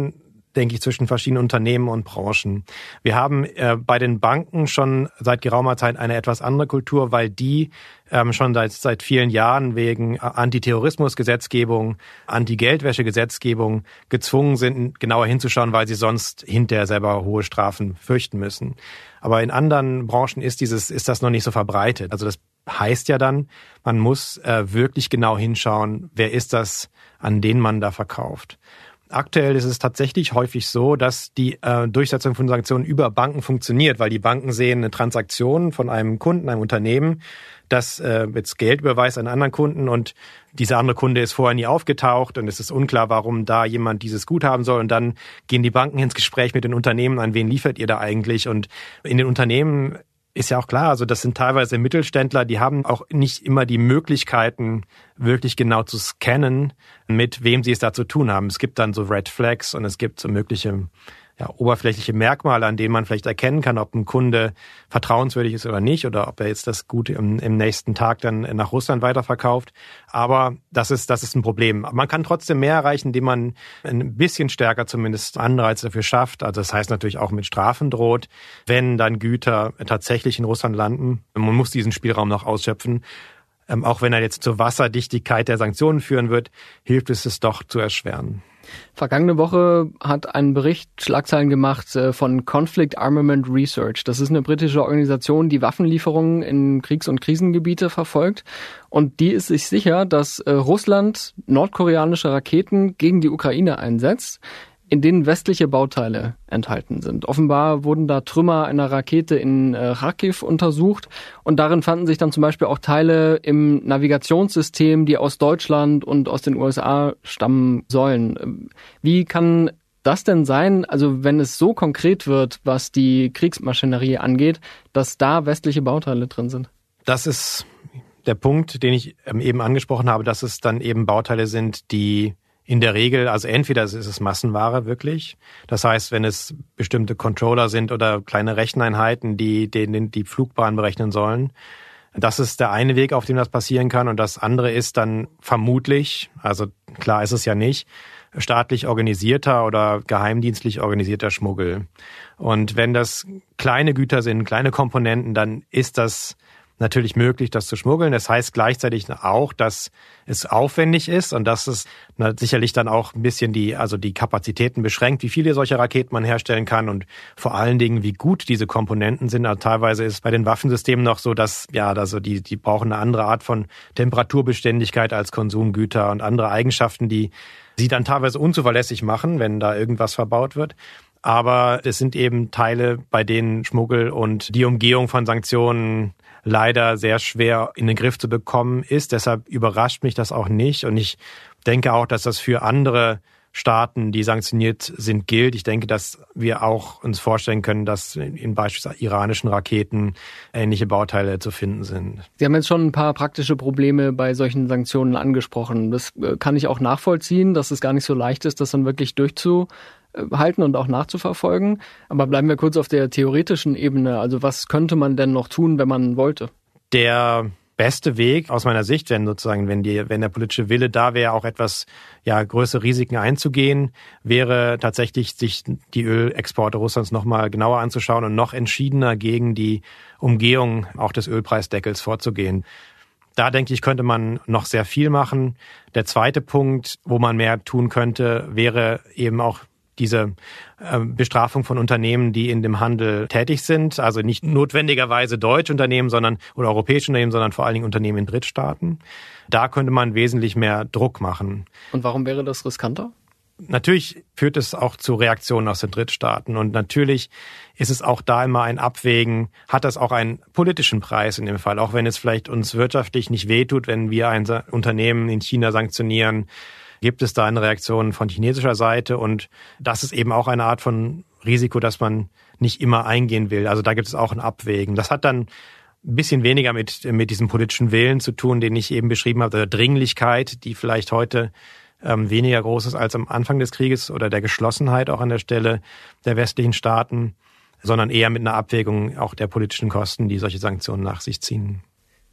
denke ich, zwischen verschiedenen Unternehmen und Branchen. Wir haben bei den Banken schon seit geraumer Zeit eine etwas andere Kultur, weil die schon seit vielen Jahren wegen Antiterrorismusgesetzgebung, Anti-Geldwäschegesetzgebung gezwungen sind, genauer hinzuschauen, weil sie sonst hinterher selber hohe Strafen fürchten müssen. Aber in anderen Branchen ist das noch nicht so verbreitet. Also das heißt ja dann, man muss wirklich genau hinschauen, wer ist das, an den man da verkauft. Aktuell ist es tatsächlich häufig so, dass die Durchsetzung von Sanktionen über Banken funktioniert, weil die Banken sehen eine Transaktion von einem Kunden, einem Unternehmen, das jetzt Geld überweist an einen anderen Kunden und dieser andere Kunde ist vorher nie aufgetaucht und es ist unklar, warum da jemand dieses Guthaben soll. Und dann gehen die Banken ins Gespräch mit den Unternehmen, an wen liefert ihr da eigentlich? Und in den Unternehmen ist ja auch klar, also das sind teilweise Mittelständler, die haben auch nicht immer die Möglichkeiten, wirklich genau zu scannen, mit wem sie es da zu tun haben. Es gibt dann so Red Flags und es gibt so mögliche oberflächliche Merkmale, an denen man vielleicht erkennen kann, ob ein Kunde vertrauenswürdig ist oder nicht oder ob er jetzt das Gut im nächsten Tag dann nach Russland weiterverkauft. Aber das ist ein Problem. Man kann trotzdem mehr erreichen, indem man ein bisschen stärker zumindest Anreize dafür schafft. Also das heißt natürlich auch mit Strafen droht, wenn dann Güter tatsächlich in Russland landen. Man muss diesen Spielraum noch ausschöpfen. Auch wenn er jetzt zur Wasserdichtigkeit der Sanktionen führen wird, hilft es doch zu erschweren. Vergangene Woche hat ein Bericht Schlagzeilen gemacht von Conflict Armament Research. Das ist eine britische Organisation, die Waffenlieferungen in Kriegs- und Krisengebiete verfolgt. Und die ist sich sicher, dass Russland nordkoreanische Raketen gegen die Ukraine einsetzt, in denen westliche Bauteile enthalten sind. Offenbar wurden da Trümmer einer Rakete in Kharkiv untersucht und darin fanden sich dann zum Beispiel auch Teile im Navigationssystem, die aus Deutschland und aus den USA stammen sollen. Wie kann das denn sein, also wenn es so konkret wird, was die Kriegsmaschinerie angeht, dass da westliche Bauteile drin sind? Das ist der Punkt, den ich eben angesprochen habe, dass es dann eben Bauteile sind, die in der Regel, also entweder ist es Massenware wirklich, das heißt, wenn es bestimmte Controller sind oder kleine Recheneinheiten, die die Flugbahn berechnen sollen, das ist der eine Weg, auf dem das passieren kann. Und das andere ist dann vermutlich, also klar ist es ja nicht, staatlich organisierter oder geheimdienstlich organisierter Schmuggel. Und wenn das kleine Güter sind, kleine Komponenten, dann ist das natürlich möglich, das zu schmuggeln. Das heißt gleichzeitig auch, dass es aufwendig ist und dass es sicherlich dann auch ein bisschen die Kapazitäten beschränkt, wie viele solche Raketen man herstellen kann und vor allen Dingen, wie gut diese Komponenten sind. Also teilweise ist bei den Waffensystemen noch so, dass die brauchen eine andere Art von Temperaturbeständigkeit als Konsumgüter und andere Eigenschaften, die sie dann teilweise unzuverlässig machen, wenn da irgendwas verbaut wird. Aber es sind eben Teile, bei denen Schmuggel und die Umgehung von Sanktionen leider sehr schwer in den Griff zu bekommen ist. Deshalb überrascht mich das auch nicht. Und ich denke auch, dass das für andere Staaten, die sanktioniert sind, gilt. Ich denke, dass wir auch uns vorstellen können, dass in beispielsweise iranischen Raketen ähnliche Bauteile zu finden sind. Sie haben jetzt schon ein paar praktische Probleme bei solchen Sanktionen angesprochen. Das kann ich auch nachvollziehen, dass es gar nicht so leicht ist, das dann wirklich durchzuhalten und auch nachzuverfolgen. Aber bleiben wir kurz auf der theoretischen Ebene. Also was könnte man denn noch tun, wenn man wollte? Der beste Weg aus meiner Sicht, wenn der politische Wille da wäre, auch etwas größere Risiken einzugehen, wäre tatsächlich, sich die Ölexporte Russlands nochmal genauer anzuschauen und noch entschiedener gegen die Umgehung auch des Ölpreisdeckels vorzugehen. Da denke ich, könnte man noch sehr viel machen. Der zweite Punkt, wo man mehr tun könnte, wäre eben auch diese Bestrafung von Unternehmen, die in dem Handel tätig sind, also nicht notwendigerweise deutsche Unternehmen, oder europäische Unternehmen, sondern vor allen Dingen Unternehmen in Drittstaaten. Da könnte man wesentlich mehr Druck machen. Und warum wäre das riskanter? Natürlich führt es auch zu Reaktionen aus den Drittstaaten und natürlich ist es auch da immer ein Abwägen, hat das auch einen politischen Preis in dem Fall, auch wenn es vielleicht uns wirtschaftlich nicht wehtut, wenn wir ein Unternehmen in China sanktionieren, gibt es da eine Reaktion von chinesischer Seite und das ist eben auch eine Art von Risiko, das man nicht immer eingehen will. Also da gibt es auch ein Abwägen. Das hat dann ein bisschen weniger mit diesem politischen Willen zu tun, den ich eben beschrieben habe, der Dringlichkeit, die vielleicht heute weniger groß ist als am Anfang des Krieges oder der Geschlossenheit auch an der Stelle der westlichen Staaten, sondern eher mit einer Abwägung auch der politischen Kosten, die solche Sanktionen nach sich ziehen.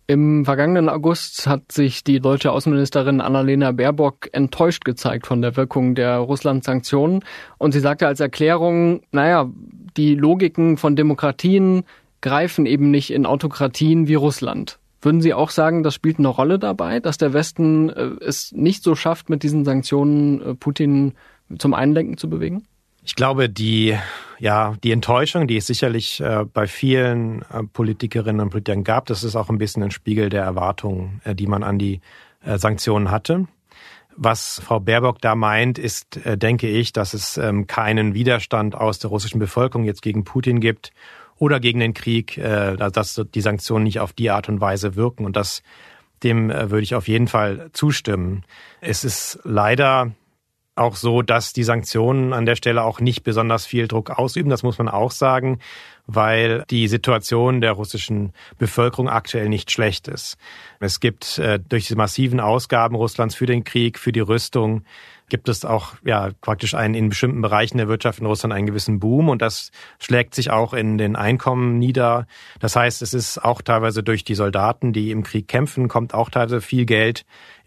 Im vergangenen August hat sich die deutsche Außenministerin Annalena Baerbock enttäuscht gezeigt von der Wirkung der Russland-Sanktionen. Und sie sagte als Erklärung, die Logiken von Demokratien greifen eben nicht in Autokratien wie Russland. Würden Sie auch sagen, das spielt eine Rolle dabei, dass der Westen es nicht so schafft, mit diesen Sanktionen Putin zum Einlenken zu bewegen? Ich glaube, die Enttäuschung, die es sicherlich bei vielen Politikerinnen und Politikern gab, das ist auch ein bisschen ein Spiegel der Erwartungen, die man an die Sanktionen hatte. Was Frau Baerbock da meint, ist, denke ich, dass es keinen Widerstand aus der russischen Bevölkerung jetzt gegen Putin gibt oder gegen den Krieg, dass die Sanktionen nicht auf die Art und Weise wirken. Und dem würde ich auf jeden Fall zustimmen. Es ist leider auch so, dass die Sanktionen an der Stelle auch nicht besonders viel Druck ausüben. Das muss man auch sagen, weil die Situation der russischen Bevölkerung aktuell nicht schlecht ist. Es gibt durch die massiven Ausgaben Russlands für den Krieg, für die Rüstung, gibt es auch praktisch in bestimmten Bereichen der Wirtschaft in Russland einen gewissen Boom und das schlägt sich auch in den Einkommen nieder. Das heißt, es ist auch teilweise durch die Soldaten, die im Krieg kämpfen, kommt auch teilweise viel Geld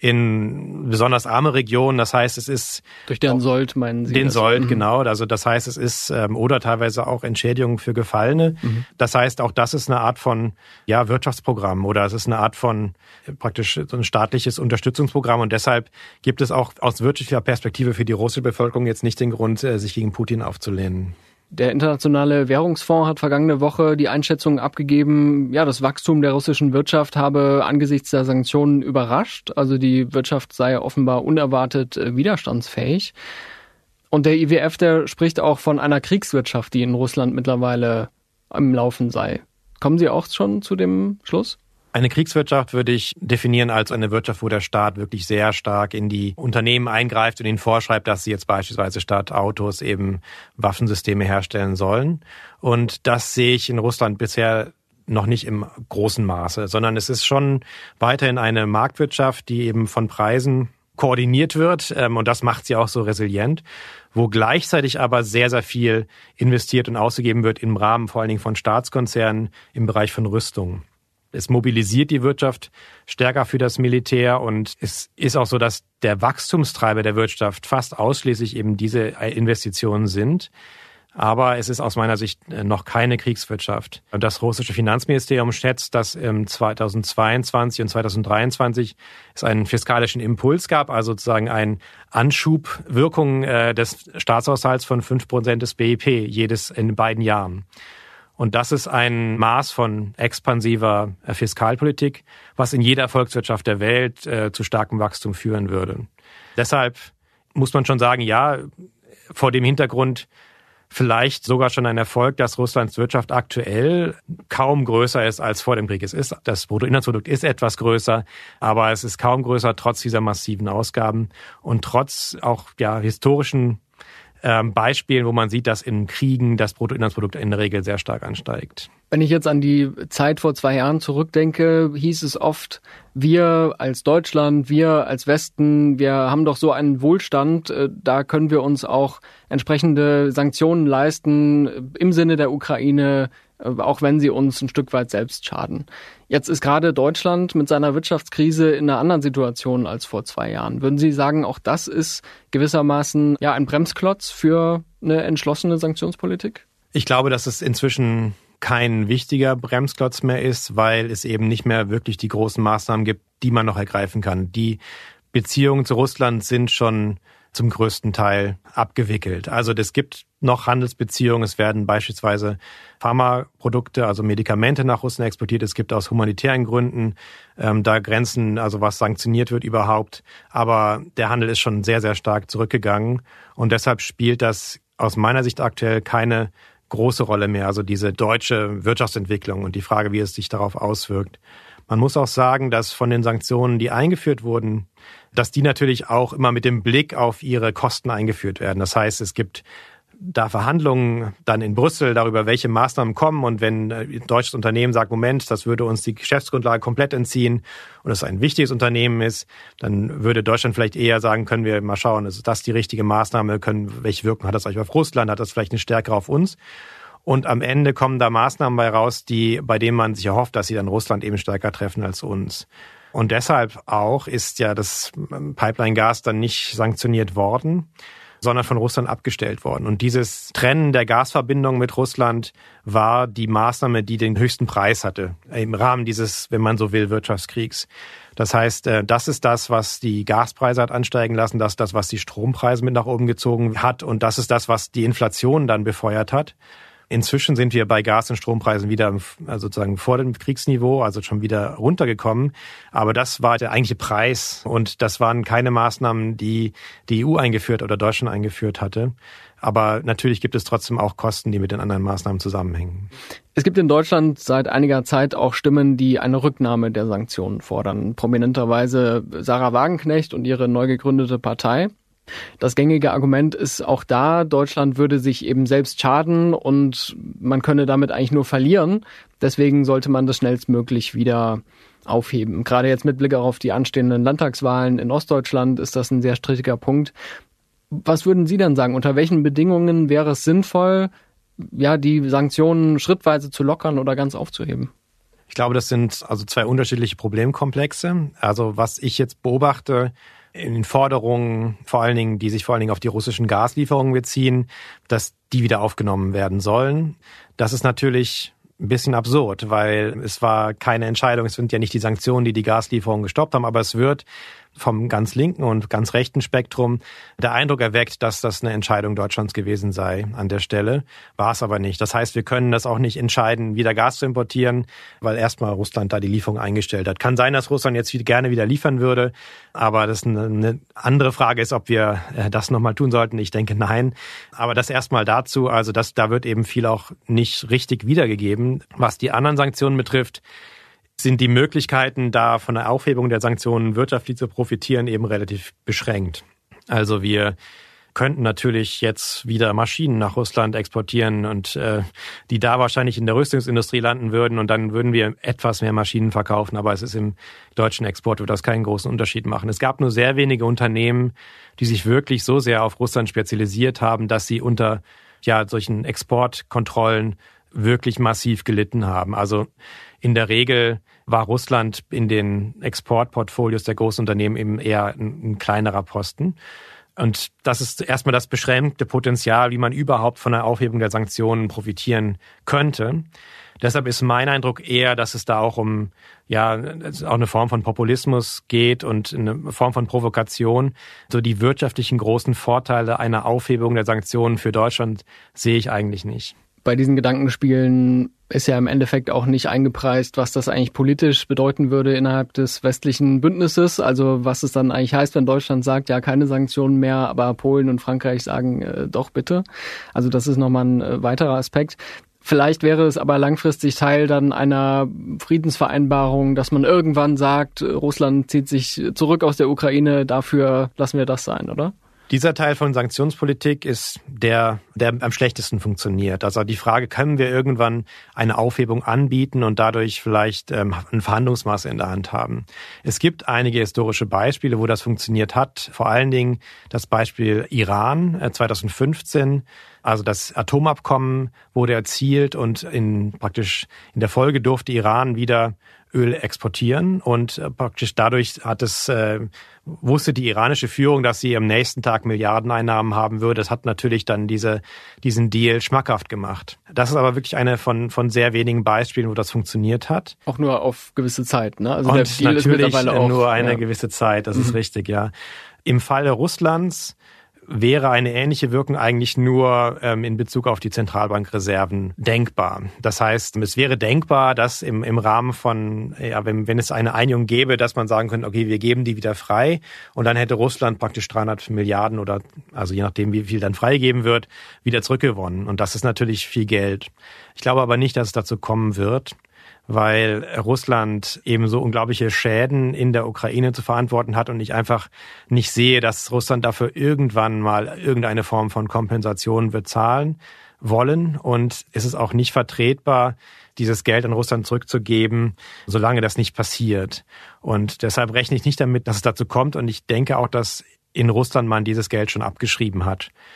in besonders arme Regionen. Das heißt, es ist durch den Sold, meinen Sie? Den Sold, genau. Also das heißt, es ist oder teilweise auch Entschädigungen für Gefallene. Das heißt, auch das ist eine Art von Wirtschaftsprogramm oder es ist eine Art von praktisch so ein staatliches Unterstützungsprogramm und deshalb gibt es auch aus wirtschaftlicher Perspektive für die russische Bevölkerung jetzt nicht den Grund, sich gegen Putin aufzulehnen. Der Internationale Währungsfonds hat vergangene Woche die Einschätzung abgegeben, das Wachstum der russischen Wirtschaft habe angesichts der Sanktionen überrascht. Also die Wirtschaft sei offenbar unerwartet widerstandsfähig. Und der IWF, der spricht auch von einer Kriegswirtschaft, die in Russland mittlerweile am Laufen sei. Kommen Sie auch schon zu dem Schluss? Eine Kriegswirtschaft würde ich definieren als eine Wirtschaft, wo der Staat wirklich sehr stark in die Unternehmen eingreift und ihnen vorschreibt, dass sie jetzt beispielsweise statt Autos eben Waffensysteme herstellen sollen. Und das sehe ich in Russland bisher noch nicht im großen Maße, sondern es ist schon weiterhin eine Marktwirtschaft, die eben von Preisen koordiniert wird. Und das macht sie auch so resilient, wo gleichzeitig aber sehr, sehr viel investiert und ausgegeben wird im Rahmen vor allen Dingen von Staatskonzernen im Bereich von Rüstung. Es mobilisiert die Wirtschaft stärker für das Militär und es ist auch so, dass der Wachstumstreiber der Wirtschaft fast ausschließlich eben diese Investitionen sind. Aber es ist aus meiner Sicht noch keine Kriegswirtschaft. Und das russische Finanzministerium schätzt, dass 2022 und 2023 es einen fiskalischen Impuls gab, also sozusagen eine Anschubwirkung des Staatshaushalts von 5% des BIP in beiden Jahren. Und das ist ein Maß von expansiver Fiskalpolitik, was in jeder Volkswirtschaft der Welt zu starkem Wachstum führen würde. Deshalb muss man schon sagen, vor dem Hintergrund vielleicht sogar schon ein Erfolg, dass Russlands Wirtschaft aktuell kaum größer ist als vor dem Krieg. Das Bruttoinlandsprodukt ist etwas größer, aber es ist kaum größer trotz dieser massiven Ausgaben und trotz auch historischen Beispielen, wo man sieht, dass in Kriegen das Bruttoinlandsprodukt in der Regel sehr stark ansteigt. Wenn ich jetzt an die Zeit vor 2 Jahren zurückdenke, hieß es oft, wir als Deutschland, wir als Westen, wir haben doch so einen Wohlstand, da können wir uns auch entsprechende Sanktionen leisten im Sinne der Ukraine, auch wenn sie uns ein Stück weit selbst schaden. Jetzt ist gerade Deutschland mit seiner Wirtschaftskrise in einer anderen Situation als vor 2 Jahren. Würden Sie sagen, auch das ist gewissermaßen ein Bremsklotz für eine entschlossene Sanktionspolitik? Ich glaube, dass es inzwischen kein wichtiger Bremsklotz mehr ist, weil es eben nicht mehr wirklich die großen Maßnahmen gibt, die man noch ergreifen kann. Die Beziehungen zu Russland sind schon zum größten Teil abgewickelt. Also es gibt noch Handelsbeziehungen. Es werden beispielsweise Pharmaprodukte, also Medikamente nach Russland exportiert. Es gibt aus humanitären Gründen da Grenzen, also was sanktioniert wird überhaupt. Aber der Handel ist schon sehr, sehr stark zurückgegangen. Und deshalb spielt das aus meiner Sicht aktuell keine große Rolle mehr. Also diese deutsche Wirtschaftsentwicklung und die Frage, wie es sich darauf auswirkt. Man muss auch sagen, dass von den Sanktionen, die eingeführt wurden, dass die natürlich auch immer mit dem Blick auf ihre Kosten eingeführt werden. Das heißt, es gibt da Verhandlungen dann in Brüssel darüber, welche Maßnahmen kommen. Und wenn ein deutsches Unternehmen sagt, Moment, das würde uns die Geschäftsgrundlage komplett entziehen und es ein wichtiges Unternehmen ist, dann würde Deutschland vielleicht eher sagen, können wir mal schauen, ist das die richtige Maßnahme, welche Wirkung hat das eigentlich auf Russland, hat das vielleicht eine Stärke auf uns? Und am Ende kommen da Maßnahmen bei raus, bei denen man sich erhofft, dass sie dann Russland eben stärker treffen als uns. Und deshalb auch ist ja das Pipeline-Gas dann nicht sanktioniert worden, sondern von Russland abgestellt worden. Und dieses Trennen der Gasverbindung mit Russland war die Maßnahme, die den höchsten Preis hatte im Rahmen dieses, wenn man so will, Wirtschaftskriegs. Das heißt, das ist das, was die Gaspreise hat ansteigen lassen, das ist das, was die Strompreise mit nach oben gezogen hat und das ist das, was die Inflation dann befeuert hat. Inzwischen sind wir bei Gas- und Strompreisen wieder sozusagen vor dem Kriegsniveau, also schon wieder runtergekommen. Aber das war der eigentliche Preis und das waren keine Maßnahmen, die die EU eingeführt oder Deutschland eingeführt hatte. Aber natürlich gibt es trotzdem auch Kosten, die mit den anderen Maßnahmen zusammenhängen. Es gibt in Deutschland seit einiger Zeit auch Stimmen, die eine Rücknahme der Sanktionen fordern. Prominenterweise Sarah Wagenknecht und ihre neu gegründete Partei. Das gängige Argument ist auch da, Deutschland würde sich eben selbst schaden und man könne damit eigentlich nur verlieren. Deswegen sollte man das schnellstmöglich wieder aufheben. Gerade jetzt mit Blick auf die anstehenden Landtagswahlen in Ostdeutschland ist das ein sehr strittiger Punkt. Was würden Sie denn sagen? Unter welchen Bedingungen wäre es sinnvoll, die Sanktionen schrittweise zu lockern oder ganz aufzuheben? Ich glaube, das sind also zwei unterschiedliche Problemkomplexe. Also was ich jetzt beobachte, in den Forderungen, die sich vor allen Dingen auf die russischen Gaslieferungen beziehen, dass die wieder aufgenommen werden sollen. Das ist natürlich ein bisschen absurd, weil es war keine Entscheidung, es sind ja nicht die Sanktionen, die die Gaslieferungen gestoppt haben, aber es wird vom ganz linken und ganz rechten Spektrum der Eindruck erweckt, dass das eine Entscheidung Deutschlands gewesen sei an der Stelle. War es aber nicht. Das heißt, wir können das auch nicht entscheiden, wieder Gas zu importieren, weil erstmal Russland da die Lieferung eingestellt hat. Kann sein, dass Russland jetzt gerne wieder liefern würde, aber das eine andere Frage ist, ob wir das nochmal tun sollten. Ich denke, nein. Aber das erstmal dazu, also da wird eben viel auch nicht richtig wiedergegeben. Was die anderen Sanktionen betrifft, sind die Möglichkeiten, da von der Aufhebung der Sanktionen wirtschaftlich zu profitieren, eben relativ beschränkt. Also wir könnten natürlich jetzt wieder Maschinen nach Russland exportieren und die da wahrscheinlich in der Rüstungsindustrie landen würden und dann würden wir etwas mehr Maschinen verkaufen, aber es ist im deutschen Export, wird das keinen großen Unterschied machen. Es gab nur sehr wenige Unternehmen, die sich wirklich so sehr auf Russland spezialisiert haben, dass sie unter solchen Exportkontrollen wirklich massiv gelitten haben. Also in der Regel war Russland in den Exportportfolios der Großunternehmen eben eher ein kleinerer Posten. Und das ist erstmal das beschränkte Potenzial, wie man überhaupt von der Aufhebung der Sanktionen profitieren könnte. Deshalb ist mein Eindruck eher, dass es da auch auch eine Form von Populismus geht und eine Form von Provokation. So die wirtschaftlichen großen Vorteile einer Aufhebung der Sanktionen für Deutschland sehe ich eigentlich nicht. Bei diesen Gedankenspielen ist ja im Endeffekt auch nicht eingepreist, was das eigentlich politisch bedeuten würde innerhalb des westlichen Bündnisses. Also was es dann eigentlich heißt, wenn Deutschland sagt, ja, keine Sanktionen mehr, aber Polen und Frankreich sagen, doch bitte. Also das ist nochmal ein weiterer Aspekt. Vielleicht wäre es aber langfristig Teil dann einer Friedensvereinbarung, dass man irgendwann sagt, Russland zieht sich zurück aus der Ukraine, dafür lassen wir das sein, oder? Dieser Teil von Sanktionspolitik ist der am schlechtesten funktioniert. Also die Frage, können wir irgendwann eine Aufhebung anbieten und dadurch vielleicht ein Verhandlungsmaß in der Hand haben? Es gibt einige historische Beispiele, wo das funktioniert hat. Vor allen Dingen das Beispiel Iran 2015. Also das Atomabkommen wurde erzielt und in der Folge durfte Iran wieder Öl exportieren und praktisch dadurch wusste die iranische Führung, dass sie am nächsten Tag Milliardeneinnahmen haben würde. Das hat natürlich dann diesen Deal schmackhaft gemacht. Das ist aber wirklich eine von sehr wenigen Beispielen, wo das funktioniert hat. Auch nur auf gewisse Zeit, ne? Also und der Deal ist mittlerweile auch nur eine gewisse Zeit, das ist richtig, ja. Im Falle Russlands wäre eine ähnliche Wirkung eigentlich nur in Bezug auf die Zentralbankreserven denkbar. Das heißt, es wäre denkbar, dass im Rahmen von, wenn es eine Einigung gäbe, dass man sagen könnte, okay, wir geben die wieder frei und dann hätte Russland praktisch 300 Milliarden oder, also je nachdem, wie viel dann freigegeben wird, wieder zurückgewonnen. Und das ist natürlich viel Geld. Ich glaube aber nicht, dass es dazu kommen wird, weil Russland eben so unglaubliche Schäden in der Ukraine zu verantworten hat und ich einfach nicht sehe, dass Russland dafür irgendwann mal irgendeine Form von Kompensation bezahlen wollen. Und es ist auch nicht vertretbar, dieses Geld an Russland zurückzugeben, solange das nicht passiert. Und deshalb rechne ich nicht damit, dass es dazu kommt. Und ich denke auch, dass in Russland man dieses Geld schon abgeschrieben hat.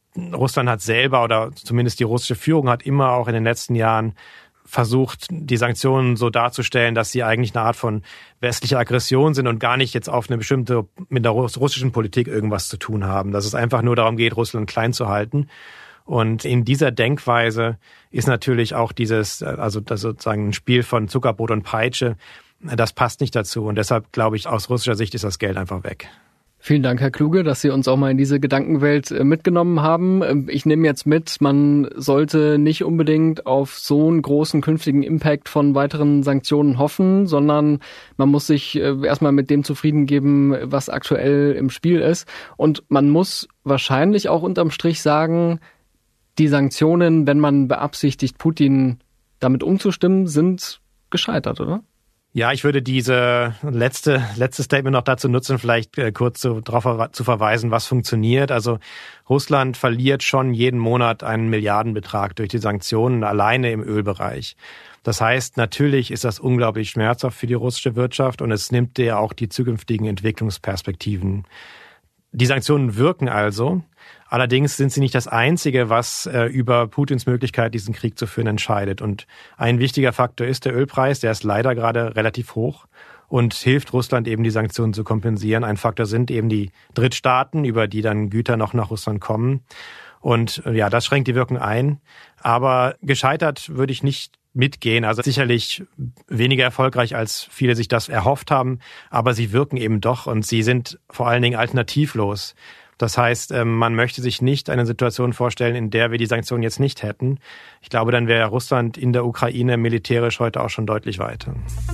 Russland hat selber oder zumindest die russische Führung hat immer auch in den letzten Jahren versucht, die Sanktionen so darzustellen, dass sie eigentlich eine Art von westlicher Aggression sind und gar nicht jetzt auf eine bestimmte, mit der russischen Politik irgendwas zu tun haben. Dass es einfach nur darum geht, Russland klein zu halten. Und in dieser Denkweise ist natürlich auch dieses, also das sozusagen ein Spiel von Zuckerbrot und Peitsche, das passt nicht dazu. Und deshalb glaube ich, aus russischer Sicht ist das Geld einfach weg. Vielen Dank, Herr Kluge, dass Sie uns auch mal in diese Gedankenwelt mitgenommen haben. Ich nehme jetzt mit, man sollte nicht unbedingt auf so einen großen künftigen Impact von weiteren Sanktionen hoffen, sondern man muss sich erstmal mit dem zufrieden geben, was aktuell im Spiel ist. Und man muss wahrscheinlich auch unterm Strich sagen, die Sanktionen, wenn man beabsichtigt, Putin damit umzustimmen, sind gescheitert, oder? Ja, ich würde diese letzte Statement noch dazu nutzen, vielleicht kurz darauf zu verweisen, was funktioniert. Also Russland verliert schon jeden Monat einen Milliardenbetrag durch die Sanktionen alleine im Ölbereich. Das heißt, natürlich ist das unglaublich schmerzhaft für die russische Wirtschaft und es nimmt ja auch die zukünftigen Entwicklungsperspektiven. Die Sanktionen wirken also. Allerdings sind sie nicht das Einzige, was über Putins Möglichkeit, diesen Krieg zu führen, entscheidet. Und ein wichtiger Faktor ist der Ölpreis, der ist leider gerade relativ hoch und hilft Russland eben, die Sanktionen zu kompensieren. Ein Faktor sind eben die Drittstaaten, über die dann Güter noch nach Russland kommen. Und ja, das schränkt die Wirkung ein. Aber gescheitert würde ich nicht mitgehen. Also sicherlich weniger erfolgreich, als viele sich das erhofft haben. Aber sie wirken eben doch und sie sind vor allen Dingen alternativlos. Das heißt, man möchte sich nicht eine Situation vorstellen, in der wir die Sanktionen jetzt nicht hätten. Ich glaube, dann wäre Russland in der Ukraine militärisch heute auch schon deutlich weiter.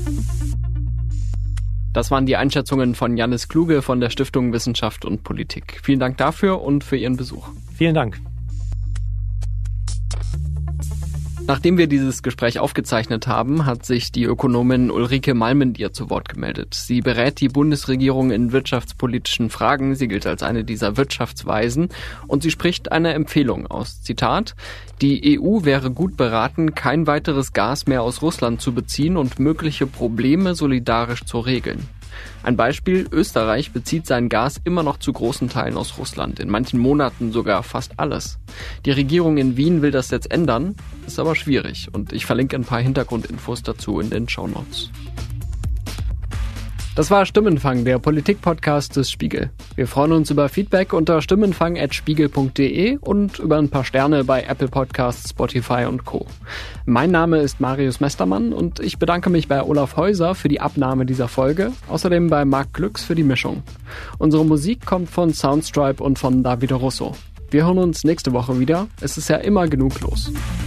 Das waren die Einschätzungen von Jannis Kluge von der Stiftung Wissenschaft und Politik. Vielen Dank dafür und für Ihren Besuch. Vielen Dank. Nachdem wir dieses Gespräch aufgezeichnet haben, hat sich die Ökonomin Ulrike Malmendier zu Wort gemeldet. Sie berät die Bundesregierung in wirtschaftspolitischen Fragen. Sie gilt als eine dieser Wirtschaftsweisen und sie spricht eine Empfehlung aus. Zitat: Die EU wäre gut beraten, kein weiteres Gas mehr aus Russland zu beziehen und mögliche Probleme solidarisch zu regeln. Ein Beispiel: Österreich bezieht sein Gas immer noch zu großen Teilen aus Russland, in manchen Monaten sogar fast alles. Die Regierung in Wien will das jetzt ändern, ist aber schwierig und ich verlinke ein paar Hintergrundinfos dazu in den Shownotes. Das war Stimmenfang, der Politik-Podcast des Spiegel. Wir freuen uns über Feedback unter stimmenfang@spiegel.de und über ein paar Sterne bei Apple Podcasts, Spotify und Co. Mein Name ist Marius Mestermann und ich bedanke mich bei Olaf Häuser für die Abnahme dieser Folge, außerdem bei Marc Glücks für die Mischung. Unsere Musik kommt von Soundstripe und von Davide Russo. Wir hören uns nächste Woche wieder. Es ist ja immer genug los.